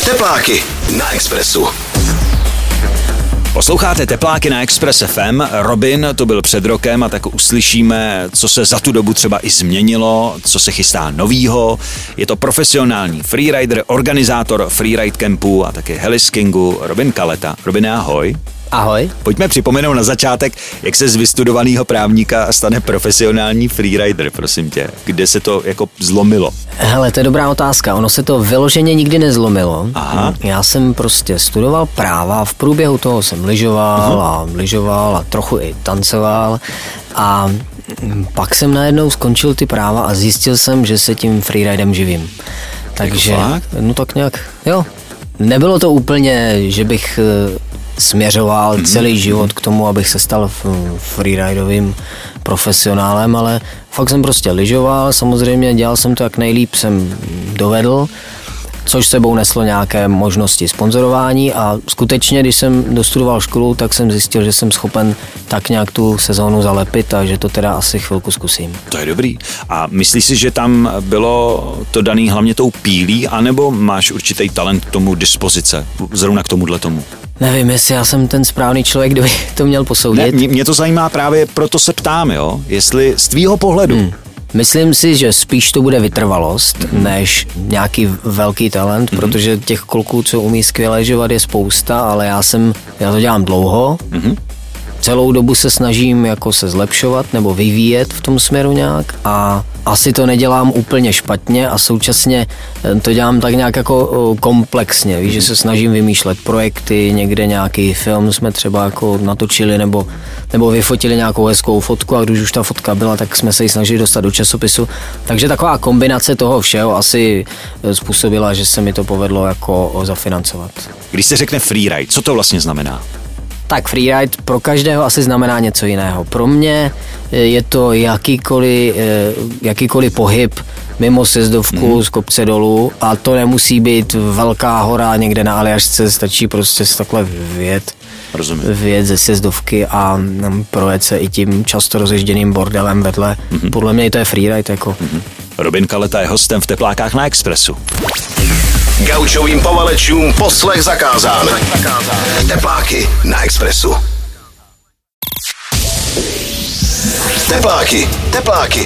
Tepláky na Expressu. Posloucháte Tepláky na Express FM. Robin to byl před rokem a tak uslyšíme, co se za tu dobu třeba i změnilo, co se chystá novýho. Je to profesionální freerider, organizátor freeride campů a také heliskingu Robin Kaleta. Robine, ahoj. Ahoj. Pojďme připomenout na začátek, jak se z vystudovaného právníka stane profesionální freerider, prosím tě. Kde se to jako zlomilo? Hele, to je dobrá otázka. Ono se to vyloženě nikdy nezlomilo. Aha. Já jsem prostě studoval práva, v průběhu toho jsem lyžoval a trochu i tancoval a pak jsem najednou skončil ty práva a zjistil jsem, že se tím freeridem živím. Takže, no tak nějak, jo. Nebylo to úplně, že bych směřoval celý život k tomu, abych se stal freeridovým profesionálem, ale fakt jsem prostě lyžoval, samozřejmě dělal jsem to, jak nejlíp jsem dovedl, což sebou neslo nějaké možnosti sponzorování a skutečně, když jsem dostudoval školu, tak jsem zjistil, že jsem schopen tak nějak tu sezónu zalepit a že to teda asi chvilku zkusím. To je dobrý. A myslíš si, že tam bylo to daný hlavně tou pílí, anebo máš určitý talent k tomu dispozice, zrovna k tomuhle tomu? Nevím, jestli já jsem ten správný člověk, kdo by to měl posoudit. Ne, mě to zajímá právě, proto se ptám, jo? Jestli z tvýho pohledu. Myslím si, že spíš to bude vytrvalost, než nějaký velký talent, protože těch kluků, co umí skvěle lyžovat, je spousta, ale já to dělám dlouho. Celou dobu se snažím jako se zlepšovat nebo vyvíjet v tom směru nějak a asi to nedělám úplně špatně a současně to dělám tak nějak jako komplexně, víš, že se snažím vymýšlet projekty, někde nějaký film jsme třeba jako natočili nebo vyfotili nějakou hezkou fotku a když už ta fotka byla, tak jsme se ji snažili dostat do časopisu, takže taková kombinace toho všeho asi způsobila, že se mi to povedlo jako zafinancovat. Když se řekne freeride, co to vlastně znamená? Tak freeride pro každého asi znamená něco jiného. Pro mě je to jakýkoliv pohyb mimo sjezdovku z kopce dolů a to nemusí být velká hora někde na Aljašce, stačí prostě se takhle vyjet ze sjezdovky a projet se i tím často rozježděným bordelem vedle. Podle mě to je freeride jako. Robin Kaleta je hostem v Teplákách na Expressu. Gaučovým povalečům poslech zakázán. Tepláky na Expressu. Tepláky.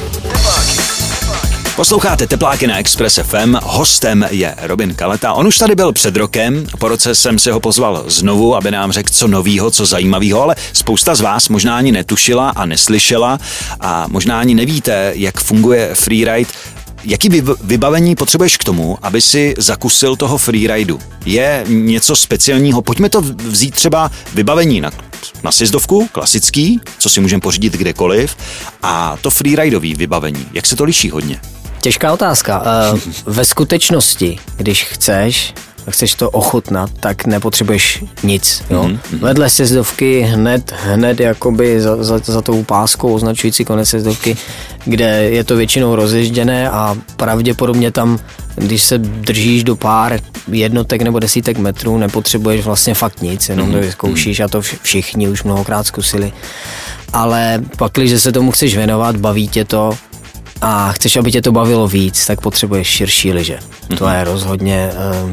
Posloucháte Tepláky na Express FM, hostem je Robin Kaleta. On už tady byl před rokem, po roce jsem si ho pozval znovu, aby nám řekl co novýho, co zajímavého, ale spousta z vás možná ani netušila a neslyšela a možná ani nevíte, jak funguje freeride. Jaký vybavení potřebuješ k tomu, aby si zakusil toho freeridu? Je něco speciálního? Pojďme to vzít třeba vybavení na sjezdovku, klasický, co si můžeme pořídit kdekoliv, a to freeridový vybavení. Jak se to liší hodně? Těžká otázka. Ve skutečnosti, když chceš to ochutnat, tak nepotřebuješ nic. Jo? Vedle sjezdovky hned jakoby za tou páskou označující konec sjezdovky, kde je to většinou rozježděné a pravděpodobně tam, když se držíš do pár jednotek nebo desítek metrů, nepotřebuješ vlastně fakt nic, jenom to vyzkoušíš a to všichni už mnohokrát zkusili. Ale pak, když se tomu chceš věnovat, baví tě to, a chceš, aby tě to bavilo víc, tak potřebuješ širší lyže. To je rozhodně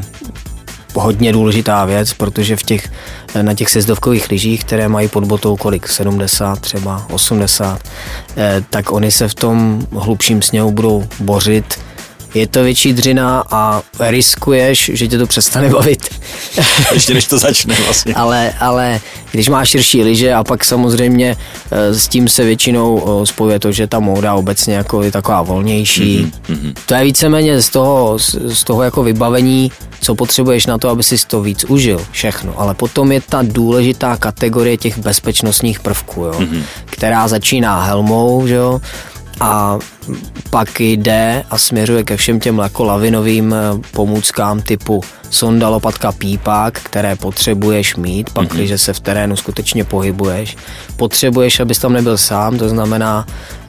hodně důležitá věc, protože na těch sjezdovkových lyžích, které mají pod botou kolik, 70 třeba, 80, tak oni se v tom hlubším sněhu budou bořit. Je to větší dřina a riskuješ, že tě to přestane bavit. Ještě než to začne vlastně. Ale když máš širší lyže a pak samozřejmě s tím se většinou spojuje to, že ta móda obecně jako je taková volnější. To je víceméně z toho jako vybavení, co potřebuješ na to, aby si to víc užil, všechno. Ale potom je ta důležitá kategorie těch bezpečnostních prvků, jo, která začíná helmou, že jo, a pak jde a směřuje ke všem těm jako lavinovým pomůckám typu sonda, lopatka, pípák, které potřebuješ mít, pak když se v terénu skutečně pohybuješ. Potřebuješ, abys tam nebyl sám, to znamená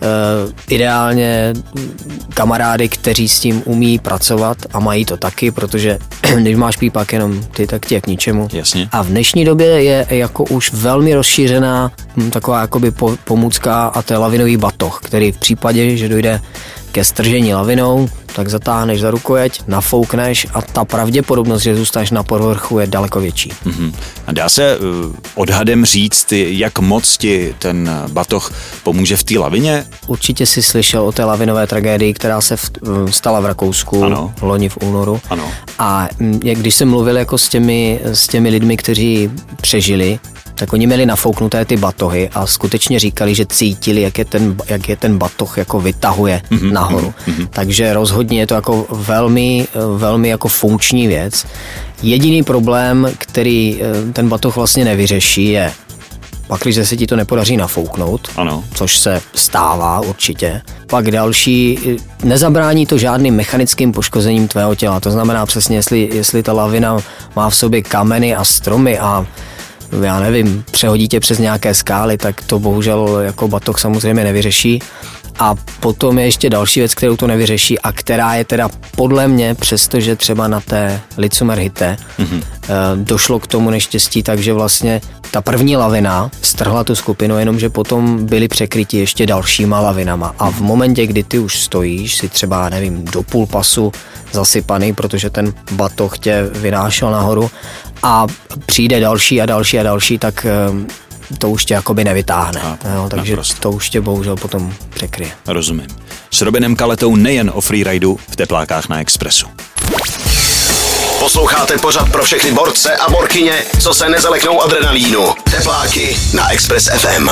ideálně kamarády, kteří s tím umí pracovat a mají to taky, protože když máš pípák jenom ty, tak ti je k ničemu. Jasně. A v dnešní době je jako už velmi rozšířená taková jakoby pomůcka a to je lavinový batoh, který v případě, že dojde dojde ke stržení lavinou, tak zatáhneš za rukojeť, nafoukneš a ta pravděpodobnost, že zůstaneš na povrchu, je daleko větší. A dá se odhadem říct, jak moc ti ten batoh pomůže v té lavině? Určitě jsi slyšel o té lavinové tragédii, která se stala v Rakousku loni v únoru. Ano. A když jsem mluvil jako s těmi lidmi, kteří přežili, tak oni měli nafouknuté ty batohy a skutečně říkali, že cítili, jak je ten batoh jako vytahuje nahoru. Takže rozhodně je to jako velmi, velmi jako funkční věc. Jediný problém, který ten batoh vlastně nevyřeší, je pakliže se ti to nepodaří nafouknout, což se stává určitě. Pak další, nezabrání to žádným mechanickým poškozením tvého těla. To znamená přesně, jestli ta lavina má v sobě kameny a stromy a já nevím, přehodí tě přes nějaké skály, tak to bohužel jako batoh samozřejmě nevyřeší. A potom je ještě další věc, kterou to nevyřeší a která je teda podle mě, přestože třeba na té Licumer Hite došlo k tomu neštěstí, takže vlastně ta první lavina strhla tu skupinu, jenomže potom byly překryti ještě dalšíma lavinama. A v momentě, kdy ty už stojíš, si třeba, nevím, do půl pasu zasypaný, protože ten batoh tě vynášel nahoru a přijde další a další a další, tak to už tě jakoby nevytáhne. Takže to už tě bohužel potom překryje. Rozumím. S Robinem Kaletou nejen o freeridu v teplákách na Expressu. Posloucháte pořad pro všechny borce a borkyně, co se nezaleknou adrenalínu. Tepláky na Express FM.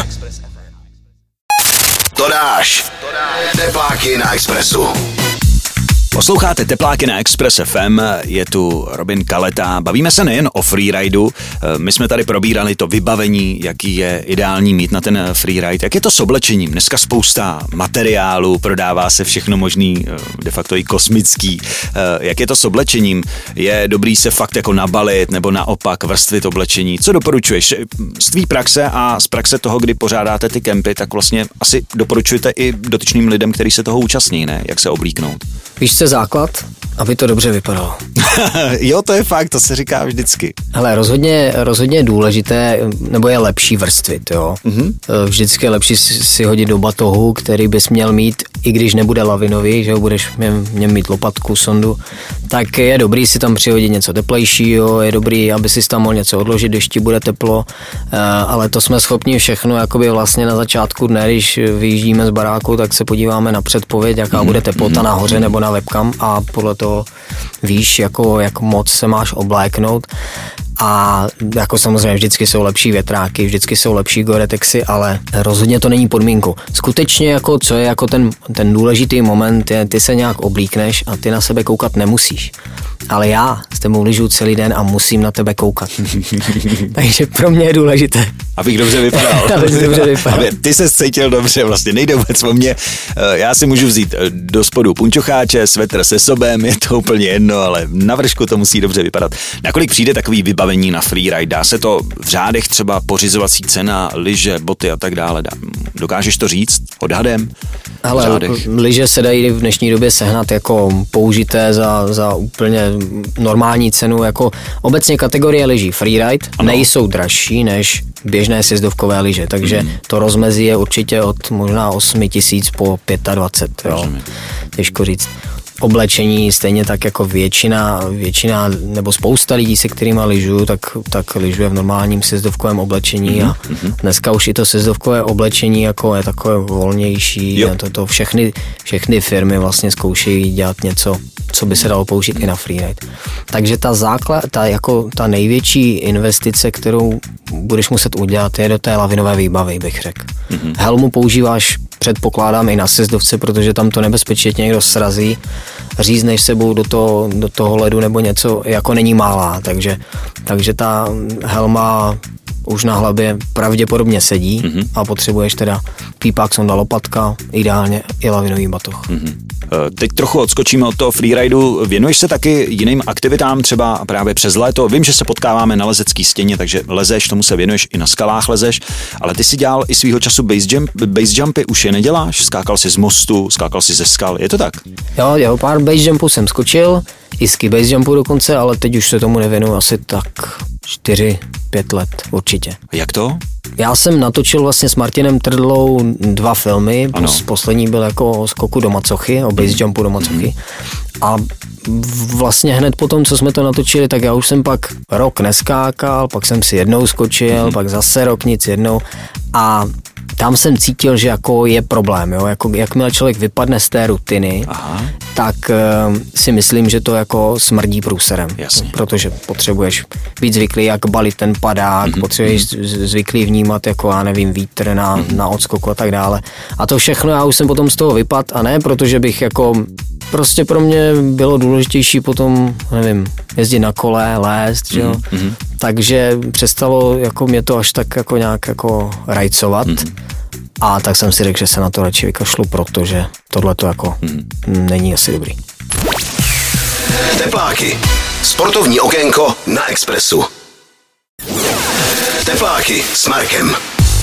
To dáš. Tepláky na Expressu. Posloucháte Tepláky na Express FM, je tu Robin Kaleta. Bavíme se nejen o freeridu, my jsme tady probírali to vybavení, jaký je ideální mít na ten freeride. Jak je to s oblečením? Dneska spousta materiálu, prodává se všechno možný, de facto i kosmický. Jak je to s oblečením? Je dobrý se fakt jako nabalit nebo naopak vrstvit oblečení? Co doporučuješ? Z tvý praxe a z praxe toho, kdy pořádáte ty kempy, tak vlastně asi doporučujete i dotyčným lidem, kteří se toho účastní, ne? Jak se oblíknout? Víš, co je základ? Aby to dobře vypadalo. Jo, to je fakt, to se říká vždycky. Hele, rozhodně je důležité, nebo je lepší vrstvit, jo. Vždycky je lepší si hodit do batohu, který bys měl mít, i když nebude lavinový, že jo, budeš měl mít lopatku, sondu, tak je dobrý si tam přihodit něco teplejšího, je dobrý, aby si tam mohl něco odložit, když ti bude teplo, ale to jsme schopni všechno, jakoby vlastně na začátku dne, když vyjíždíme z baráku, tak se podíváme na předpověď, jaká bude teplota nahoře nebo na webcam a podle toho víš, jak moc se máš obléknout. A jako samozřejmě vždycky jsou lepší větráky, vždycky jsou lepší Gore-Texy, ale rozhodně to není podmínku. Skutečně jako co je jako ten důležitý moment je, ty se nějak oblíkneš a ty na sebe koukat nemusíš. Ale já s tebou lyžuju celý den a musím na tebe koukat. Takže pro mě je důležité. Abych dobře vypadal. Ty se cítil dobře, vlastně nejde vůbec o mě. Já si můžu vzít do spodu punčocháče, svetr se sobem, je to úplně jedno, ale na vršku to musí dobře vypadat. Nakolik přijde takový vybavení na freeride? Dá se to v řádech třeba pořizovací cena, lyže, boty a tak dále? Dokážeš to říct odhadem? Ale lyže se dají v dnešní době sehnat jako použité za úplně normální cenu, jako obecně kategorie lyží freeride nejsou dražší než běžné sjezdovkové lyže, takže to rozmezí je určitě od možná 8 000 po 25 000, jo. Těžko říct. Oblečení stejně tak jako většina nebo spousta lidí, se kterýma lyžuju, tak lyžuje v normálním sjezdovkovém oblečení a dneska už i to sjezdovkové oblečení jako je takové volnější a to všechny firmy vlastně zkoušejí dělat něco, co by se dalo použít i na freeride. Takže ta největší investice, kterou budeš muset udělat, je do té lavinové výbavy, bych řekl. Helmu používáš, předpokládám, i na sjezdovce, protože tam to nebezpečí tě někdo srazí, řízneš sebou do toho ledu nebo něco, jako není malá, takže ta helma už na hlavě pravděpodobně sedí a potřebuješ teda pípák, sonda, lopatka, ideálně i lavinový batoh. Teď trochu odskočíme od toho freeridu. Věnuješ se taky jiným aktivitám, třeba právě přes léto? Vím, že se potkáváme na lezecký stěně, takže lezeš, tomu se věnuješ, i na skalách lezeš, ale ty si dělal i svýho času base jumpy, už je neděláš? Skákal jsi z mostu, skákal jsi ze skal, je to tak? Jo, pár base jumpů jsem skočil, i ski base jumpu dokonce, ale teď už se tomu nevěnuju asi tak 4-5 let určitě. Jak to? Já jsem natočil vlastně s Martinem Trdlou 2 filmy. Poslední byl jako o skoku do macochy, o base jumpu do macochy. A vlastně hned po tom, co jsme to natočili, tak já už jsem pak rok neskákal, pak jsem si jednou skočil, pak zase rok nic jednou a tam jsem cítil, že jako je problém, jo? Jako, jakmile člověk vypadne z té rutiny, tak si myslím, že to jako smrdí průserem. Jasně. Protože potřebuješ být zvyklý, jak balit ten padák, potřebuješ zvyklý vnímat, jako já nevím, vítr na odskoku a tak dále. A to všechno já už jsem potom z toho vypadl a ne, protože bych jako prostě pro mě bylo důležitější potom, nevím, jezdit na kole, lézt, že jo. Takže přestalo jako mě to až tak jako nějak jako rajcovat. A tak jsem si řekl, že se na to radši vykašlu, protože tohle to jako není asi dobrý. Tepláky. Sportovní okénko na Expressu. Tepláky s Markem.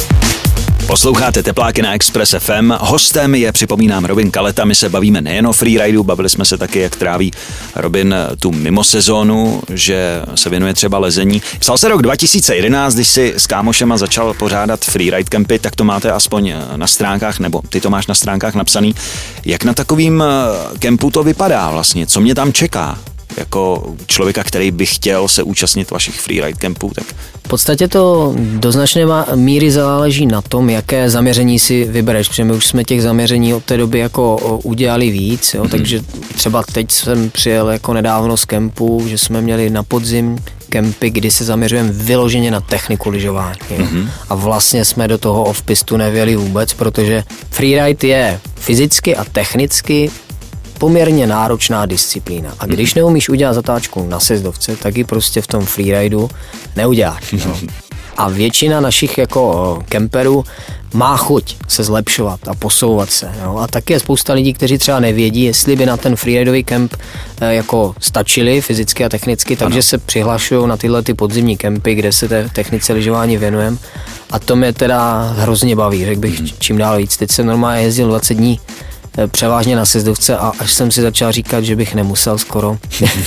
Posloucháte Tepláky na Express FM. Hostem je, připomínám, Robin Kaleta. My se bavíme nejen o freeridu, bavili jsme se taky, jak tráví Robin tu mimo sezónu, že se věnuje třeba lezení. Psal se rok 2011, když si s kámošema začal pořádat freeride campy, tak to máte aspoň na stránkách, nebo ty to máš na stránkách napsaný. Jak na takovým kempu to vypadá vlastně? Co mě tam čeká? Jako člověka, který by chtěl se účastnit vašich freeride campů, tak... V podstatě to do značné míry záleží na tom, jaké zaměření si vybereš, protože my už jsme těch zaměření od té doby jako udělali víc, jo, takže třeba teď jsem přijel jako nedávno z kempu, že jsme měli na podzim kempy, kdy se zaměřujeme vyloženě na techniku lyžování. A vlastně jsme do toho off-pistu nevěli vůbec, protože freeride je fyzicky a technicky poměrně náročná disciplína. A když neumíš udělat zatáčku na sjezdovce, tak ji prostě v tom freeridu neuděláš. No. A většina našich jako kemperů má chuť se zlepšovat a posouvat se. Jo. A taky je spousta lidí, kteří třeba nevědí, jestli by na ten freeridový kemp jako stačili fyzicky a technicky, takže se přihlašují na tyhle ty podzimní kempy, kde se té technice lyžování věnujeme. A to mě teda hrozně baví, řekl bych čím dál víc. Teď jsem normálně jezdil 20 dní převážně na sjezdovce a až jsem si začal říkat, že bych nemusel skoro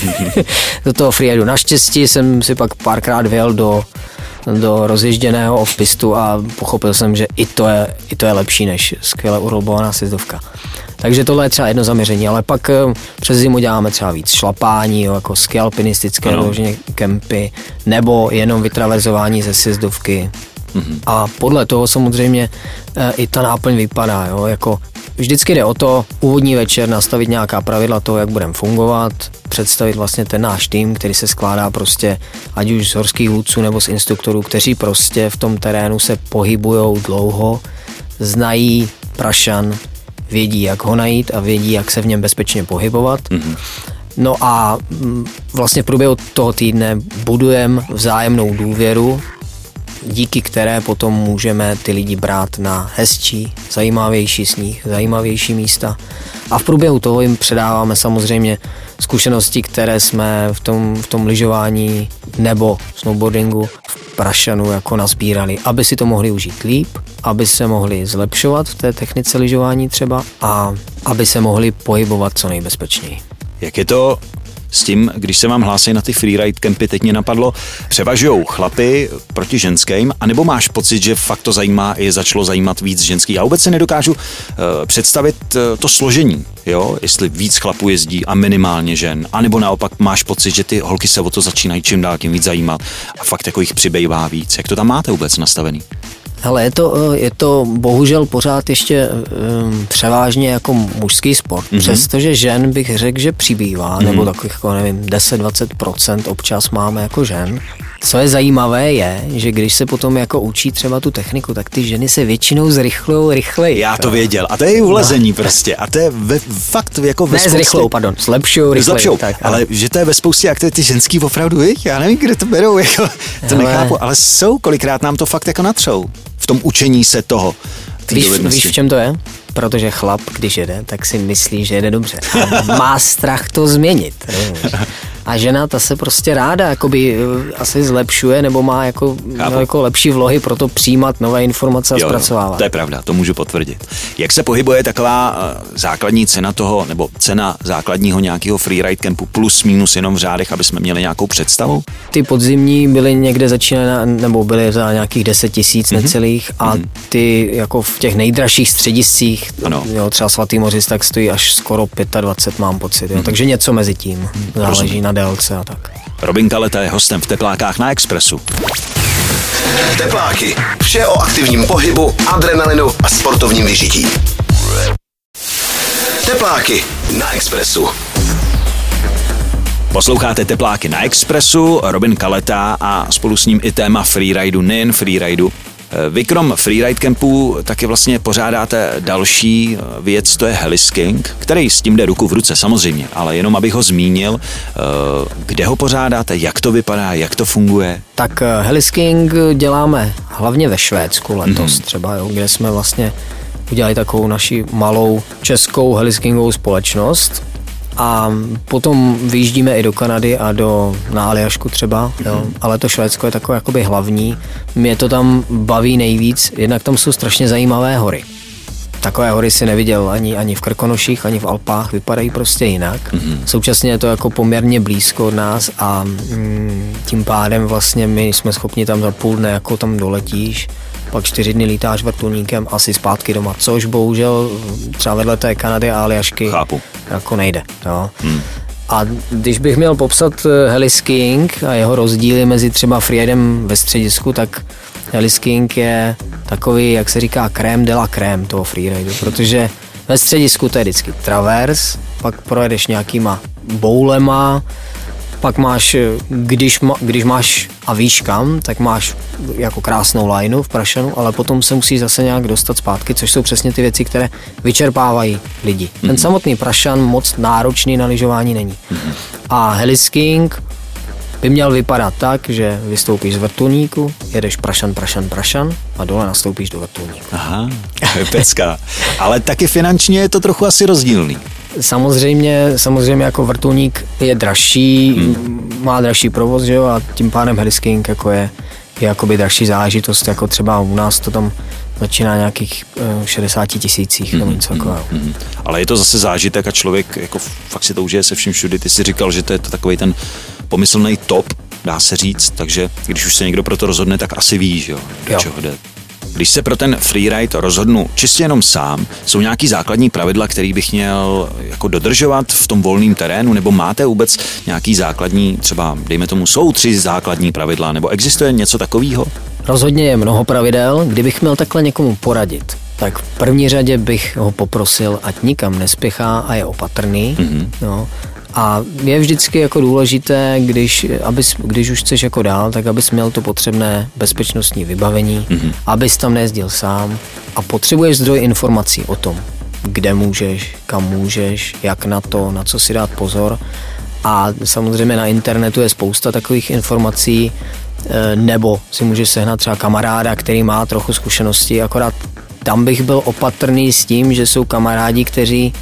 do toho freeridu. Naštěstí jsem si pak párkrát vyjel do rozježděného off-pistu a pochopil jsem, že i to je lepší než skvěle urolbovaná sjezdovka. Takže tohle je třeba jedno zaměření, ale pak přes zimu děláme třeba víc šlapání, jo, jako skialpinistické vyloženě kempy, nebo jenom vytraverzování ze sjezdovky. A podle toho samozřejmě i ta náplň vypadá, jo, jako vždycky jde o to úvodní večer nastavit nějaká pravidla toho, jak budeme fungovat, představit vlastně ten náš tým, který se skládá prostě ať už z horských vůdců nebo z instruktorů, kteří prostě v tom terénu se pohybujou dlouho, znají prašan, vědí, jak ho najít a vědí, jak se v něm bezpečně pohybovat. No a vlastně v průběhu toho týdne budujeme vzájemnou důvěru, díky které potom můžeme ty lidi brát na hezčí, zajímavější sníh, zajímavější místa. A v průběhu toho jim předáváme samozřejmě zkušenosti, které jsme v tom lyžování nebo snowboardingu v prašanu jako nazbírali, aby si to mohli užít líp, aby se mohli zlepšovat v té technice lyžování třeba a aby se mohli pohybovat co nejbezpečněji. Jak je to s tím, když se vám hlásí na ty freeride campy, teď mě napadlo, převažujou chlapy proti ženským, anebo máš pocit, že fakt to zajímá i začalo zajímat víc ženských? Já vůbec se nedokážu představit to složení, jo? Jestli víc chlapů jezdí a minimálně žen, anebo naopak máš pocit, že ty holky se o to začínají čím dál tím víc zajímat a fakt jako jich přibývá víc. Jak to tam máte vůbec nastavený? Hele, je to bohužel pořád ještě převážně jako mužský sport, přestože žen bych řekl, že přibývá, nebo takových, jako nevím, 10-20% občas máme jako žen. Co je zajímavé je, že když se potom jako učí třeba tu techniku, tak ty ženy se většinou zrychlujou rychleji. Já to věděl. A to je ulezení prostě. A to je fakt jako ve spoustě... zrychlou, pardon, zlepšujou rychleji. Tak, ale že to je ve spoustě aktivit ty ženský opravdu, já nevím, kde to berou, jako, to nechápu, ale kolikrát nám to fakt jako natřou. V tom učení se toho. Víš, v čem to je? Protože chlap, když jede, tak si myslí, že jede dobře. A má strach to změnit. A žena, ta se prostě ráda jakoby asi zlepšuje nebo má jako lepší vlohy pro to přijímat nové informace a zpracovávat. To je pravda, to můžu potvrdit. Jak se pohybuje taková základní cena toho, nebo cena základního nějakého freeride campu plus minus jenom v řádech, aby jsme měli nějakou představu? Ty podzimní byly někde nebo byly za nějakých 10 000 necelých a ty jako v těch nejdražších střediscích, třeba Svatý Mořic, tak stojí až skoro 25, mám pocit. Takže něco mezi tím, záleží na délce a tak. Robin Kaleta je hostem v Teplákách na Expressu. Tepláky. Vše o aktivním pohybu, adrenalinu a sportovním vyžití. Tepláky na Expressu. Posloucháte Tepláky na Expressu, Robin Kaleta a spolu s ním i téma freeridu, nejen freeridu. Vy krom freeride campů taky vlastně pořádáte další věc, to je helisking, který s tím jde ruku v ruce samozřejmě, ale jenom abych ho zmínil, kde ho pořádáte, jak to vypadá, jak to funguje? Tak helisking děláme hlavně ve Švédsku letos třeba, kde jsme vlastně udělali takovou naši malou českou heliskingovou společnost. A potom vyjíždíme i do Kanady a na Aljašku třeba, ale to Švédsko je takové jakoby hlavní. Mě to tam baví nejvíc, jednak tam jsou strašně zajímavé hory. Takové hory si neviděl ani v Krkonoších, ani v Alpách, vypadají prostě jinak. Současně je to jako poměrně blízko od nás a tím pádem vlastně my jsme schopni tam za půl dne, jako tam doletíš, pak 4 dny lítáš vrtulníkem asi zpátky doma, což bohužel třeba vedle té Kanady a Aljašky jako nejde. Jo. A když bych měl popsat heliskiing a jeho rozdíly mezi třeba freeridem ve středisku, tak heliskiing je takový, jak se říká, crème de la crème toho freeridu, protože ve středisku to je vždycky travers, pak projedeš nějakýma boulema, pak máš, když máš a víš kam, tak máš jako krásnou lineu v prašanu, ale potom se musíš zase nějak dostat zpátky, což jsou přesně ty věci, které vyčerpávají lidi. Ten samotný prašan moc náročný na lyžování není. A heliskiing by měl vypadat tak, že vystoupíš z vrtulníku, jedeš prašan a dole nastoupíš do vrtulníku. Aha, pecka. Ale taky finančně je to trochu asi rozdílný. Samozřejmě jako vrtulník je dražší, má dražší provoz, že jo, a tím pádem heliskiing jako je jakoby dražší záležitost, jako třeba u nás to tam začíná nějakých 60 000 nebo něco takového. Ale je to zase zážitek a člověk jako fakt si to užije se vším všudy. Ty jsi říkal, že to je to takovej ten pomyslný top, dá se říct, takže když už se někdo pro to rozhodne, tak asi ví, že jo, do čeho jde. Když se pro ten freeride rozhodnu čistě jenom sám, jsou nějaký základní pravidla, který bych měl jako dodržovat v tom volném terénu, nebo máte vůbec nějaký základní, třeba dejme tomu, jsou 3 základní pravidla, nebo existuje něco takového? Rozhodně je mnoho pravidel. Kdybych měl takhle někomu poradit, tak v první řadě bych ho poprosil, ať nikam nespěchá a je opatrný. No. A je vždycky jako důležité, když už chceš jako dál, tak abys měl to potřebné bezpečnostní vybavení, abys tam nejezdil sám a potřebuješ zdroj informací o tom, kde můžeš, kam můžeš, jak na to, na co si dát pozor. A samozřejmě na internetu je spousta takových informací, nebo si můžeš sehnat třeba kamaráda, který má trochu zkušeností, akorát tam bych byl opatrný s tím, že jsou kamarádi, kteří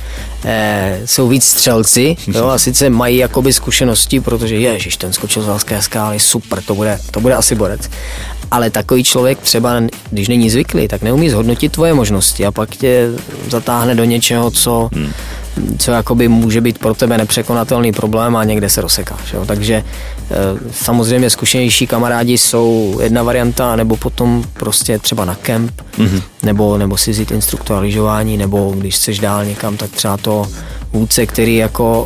jsou víc střelci, jo, a sice mají jakoby zkušenosti, protože ježiš, ten skočil z velké skály, super, to bude asi borec. Ale takový člověk třeba, když není zvyklý, tak neumí zhodnotit tvoje možnosti a pak tě zatáhne do něčeho, co jakoby může být pro tebe nepřekonatelný problém a někde se rozsekáš. Jo. Takže samozřejmě zkušenější kamarádi jsou jedna varianta, nebo potom prostě třeba na kemp, nebo si vzít instruktora lyžování, nebo když chceš dál někam, tak třeba to vůdce, který jako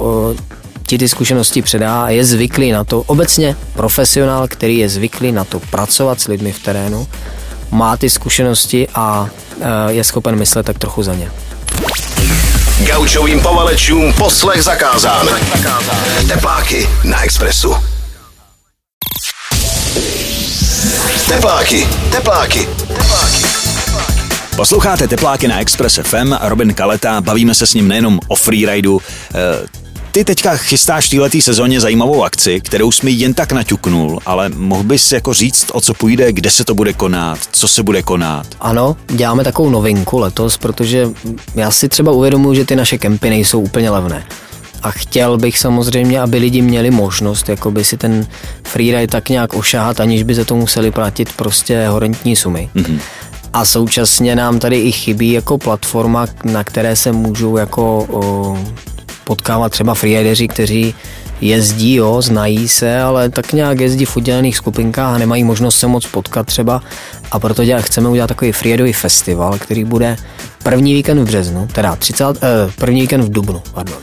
ti ty zkušenosti předá a je zvyklý na to, obecně profesionál, který je zvyklý na to pracovat s lidmi v terénu, má ty zkušenosti a je schopen myslet tak trochu za ně. Gaučovým povalečům poslech zakázán. Tepláky na Expressu. Tepláky. Posloucháte Tepláky na Express FM, Robin Kaleta, bavíme se s ním nejenom o freeridu. Ty teďka chystáš v této sezóně zajímavou akci, kterou jsi mi jen tak naťuknul, ale mohl bys jako říct, o co půjde, kde se to bude konat, co se bude konat? Ano, děláme takovou novinku letos, protože já si třeba uvědomuji, že ty naše kempy nejsou úplně levné. A chtěl bych samozřejmě, aby lidi měli možnost jakoby si ten freeride tak nějak ošahat, aniž by za to museli platit prostě horentní sumy. A současně nám tady i chybí jako platforma, na které se můžou jako potkávat třeba freerideři, kteří jezdí, znají se, ale tak nějak jezdí v oddělených skupinkách a nemají možnost se moc potkat třeba. A proto chceme udělat takový freeridový festival, který bude první víkend v březnu, teda první víkend v dubnu,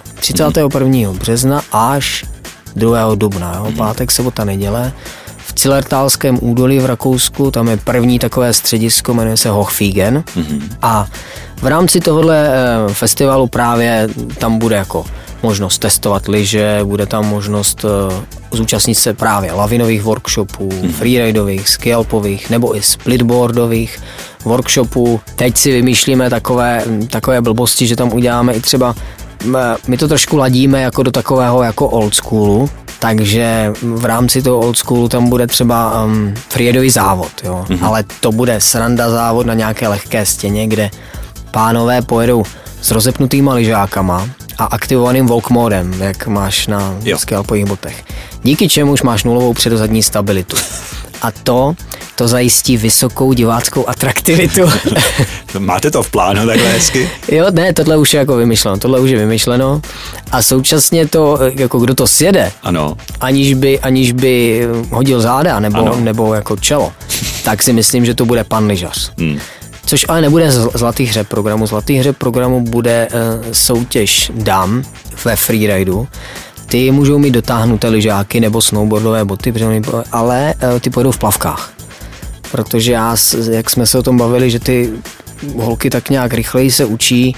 31. března až 2. dubna, jo? Pátek, sobota, neděle. V Zillertalském údolí v Rakousku, tam je první takové středisko, jmenuje se Hochfigen. A v rámci tohohle festivalu právě tam bude jako možnost testovat lyže, bude tam možnost zúčastnit se právě lavinových workshopů, freeridových, skialpových nebo i splitboardových workshopů. Teď si vymýšlíme takové blbosti, že tam uděláme i třeba, my to trošku ladíme jako do takového jako old schoolu, takže v rámci toho old schoolu tam bude třeba freeridový závod, jo. Ale to bude sranda závod na nějaké lehké stěně, kde pánové pojedou s rozepnutýma lyžákama a aktivovaným walk modem, jak máš na skialpových botech. Díky čemuž máš nulovou předozadní stabilitu. A to zajistí vysokou diváckou atraktivitu. Máte to v plánu takhle hezky? Jo, ne, tohle už je jako vymyšleno. A současně to, jako kdo to sjede, ano. Aniž by hodil záda nebo jako čelo, tak si myslím, že to bude pan lyžař. Což ale nebude zlatý hřeb programu. Zlatý hřeb programu bude soutěž dam ve freeridu. Ty můžou mít dotáhnuté lyžáky nebo snowboardové boty, ale ty pojedou v plavkách. Protože jak jsme se o tom bavili, že ty holky tak nějak rychleji se učí,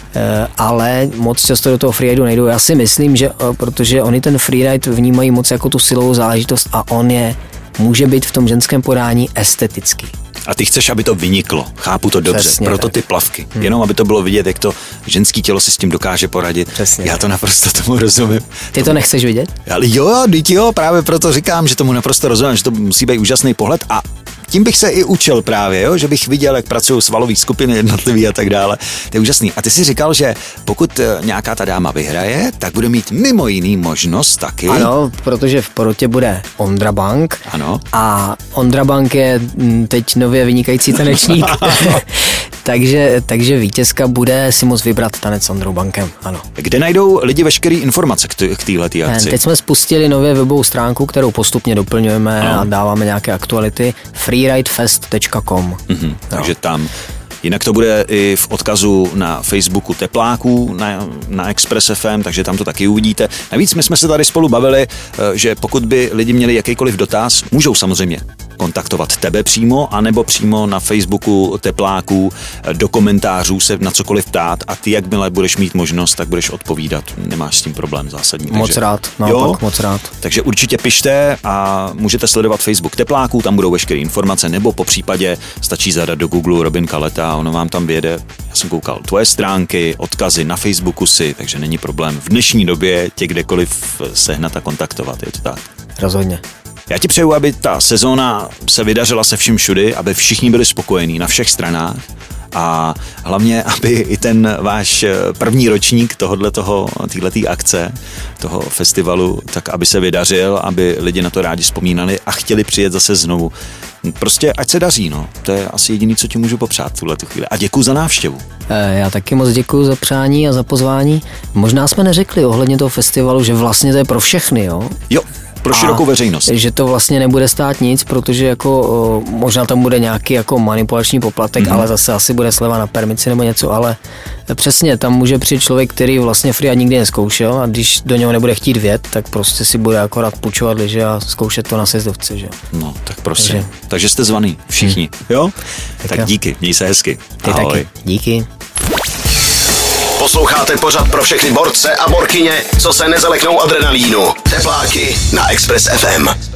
ale moc často do toho freeridu nejdou. Já si myslím, že protože oni ten freeride vnímají moc jako tu silovou záležitost a on může být v tom ženském podání estetický. A ty chceš, aby to vyniklo. Chápu to dobře. Přesně proto tak. ty plavky. Jenom aby to bylo vidět, jak to ženský tělo si s tím dokáže poradit. Přesně. Já to naprosto tomu rozumím. Ty to nechceš vidět? Ale jo, právě proto říkám, že tomu naprosto rozumím, že to musí být úžasný pohled a tím bych se i učil právě, jo? Že bych viděl, jak pracují svalové skupiny jednotlivý a tak dále. To je úžasný. A ty jsi říkal, že pokud nějaká ta dáma vyhraje, tak bude mít mimo jiný možnost taky. Ano, protože v porotě bude Ondra Bank. Ano. A Ondra Bank je teď nově vynikající tanečník. takže vítězka bude si moct vybrat tanec s Ondrou Bankem, ano. Kde najdou lidi veškeré informace k téhletý akci? Teď jsme spustili nově webovou stránku, kterou postupně doplňujeme a dáváme nějaké aktuality. freeridefest.com. Takže tam. Jinak to bude i v odkazu na Facebooku Tepláků, na Express FM, takže tam to taky uvidíte. Navíc my jsme se tady spolu bavili, že pokud by lidi měli jakýkoliv dotaz, můžou samozřejmě kontaktovat tebe přímo, anebo přímo na Facebooku Tepláků, do komentářů se na cokoliv ptát a ty, jakmile budeš mít možnost, tak budeš odpovídat. Nemáš s tím problém zásadní. Moc rád, naopak moc rád. Takže určitě pište a můžete sledovat Facebook Tepláků, tam budou veškeré informace, nebo po případě stačí zadat do Google Robin Kaleta, ono vám tam vyjede, já jsem koukal, tvoje stránky, odkazy na Facebooku takže není problém v dnešní době tě kdekoliv sehnat a kontaktovat, je to tak? Rozhodně. Já ti přeju, aby ta sezóna se vydařila se vším všudy, aby všichni byli spokojení na všech stranách a hlavně, aby i ten váš první ročník téhletý akce, toho festivalu, tak aby se vydařil, aby lidi na to rádi vzpomínali a chtěli přijet zase znovu. Prostě ať se daří, no. To je asi jediné, co ti můžu popřát v tuhletu chvíli. A děkuji za návštěvu. Já taky moc děkuji za přání a za pozvání. Možná jsme neřekli ohledně toho festivalu, že vlastně to je pro všechny, jo? Jo. Pro širokou veřejnost. Že to vlastně nebude stát nic, protože jako možná tam bude nějaký jako manipulační poplatek, ale zase asi bude sleva na permici nebo něco, ale přesně tam může přijít člověk, který vlastně freeride nikdy nezkoušel a když do něho nebude chtít vjet, tak prostě si bude akorát půjčovat lyže a zkoušet to na sjezdovce, že? No, tak prostě. Takže jste zvaný všichni, jo? Tak díky, měj se hezky. Ty ahoj. Taky. Díky. Posloucháte pořad pro všechny borce a borkyně, co se nezaleknou adrenalínu. Tepláky na Express FM.